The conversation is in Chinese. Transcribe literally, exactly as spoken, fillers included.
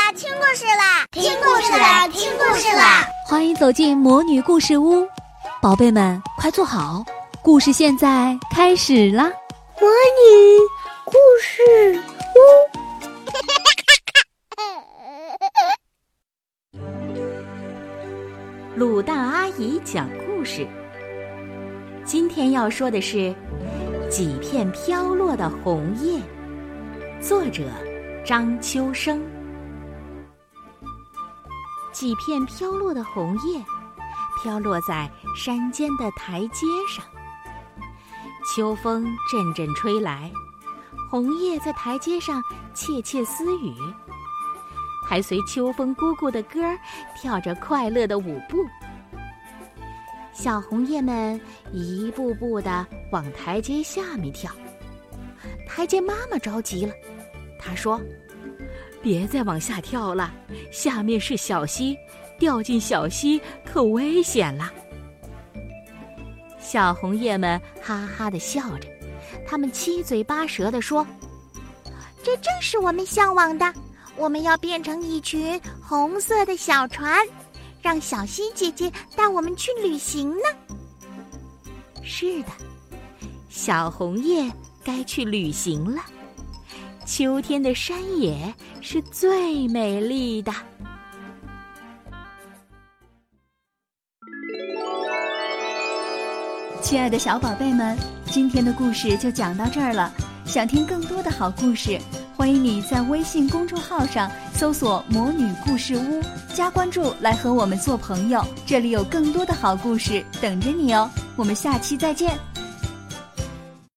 啦，听故事啦，听故事啦，听故事啦！ 欢迎走进魔女故事屋，宝贝们快坐好，故事现在开始啦！ 魔女故事屋。卤蛋阿姨讲故事。今天要说的是几片飘落的红叶，作者张秋生。几片飘落的红叶飘落在山间的台阶上，秋风阵阵吹来，红叶在台阶上窃窃私语，还随秋风姑姑的歌儿跳着快乐的舞步。小红叶们一步步地往台阶下面跳，台阶妈妈着急了，她说：别再往下跳了，下面是小溪，掉进小溪可危险了。小红叶们哈哈地笑着，他们七嘴八舌地说： 这正是我们向往的，我们要变成一群红色的小船，让小溪姐姐带我们去旅行呢。 是的，小红叶该去旅行了。秋天的山野是最美丽的。 亲爱的小宝贝们，今天的故事就讲到这儿了。想听更多的好故事，欢迎你在微信公众号上搜索魔女故事屋，加关注来和我们做朋友，这里有更多的好故事等着你哦。我们下期再见。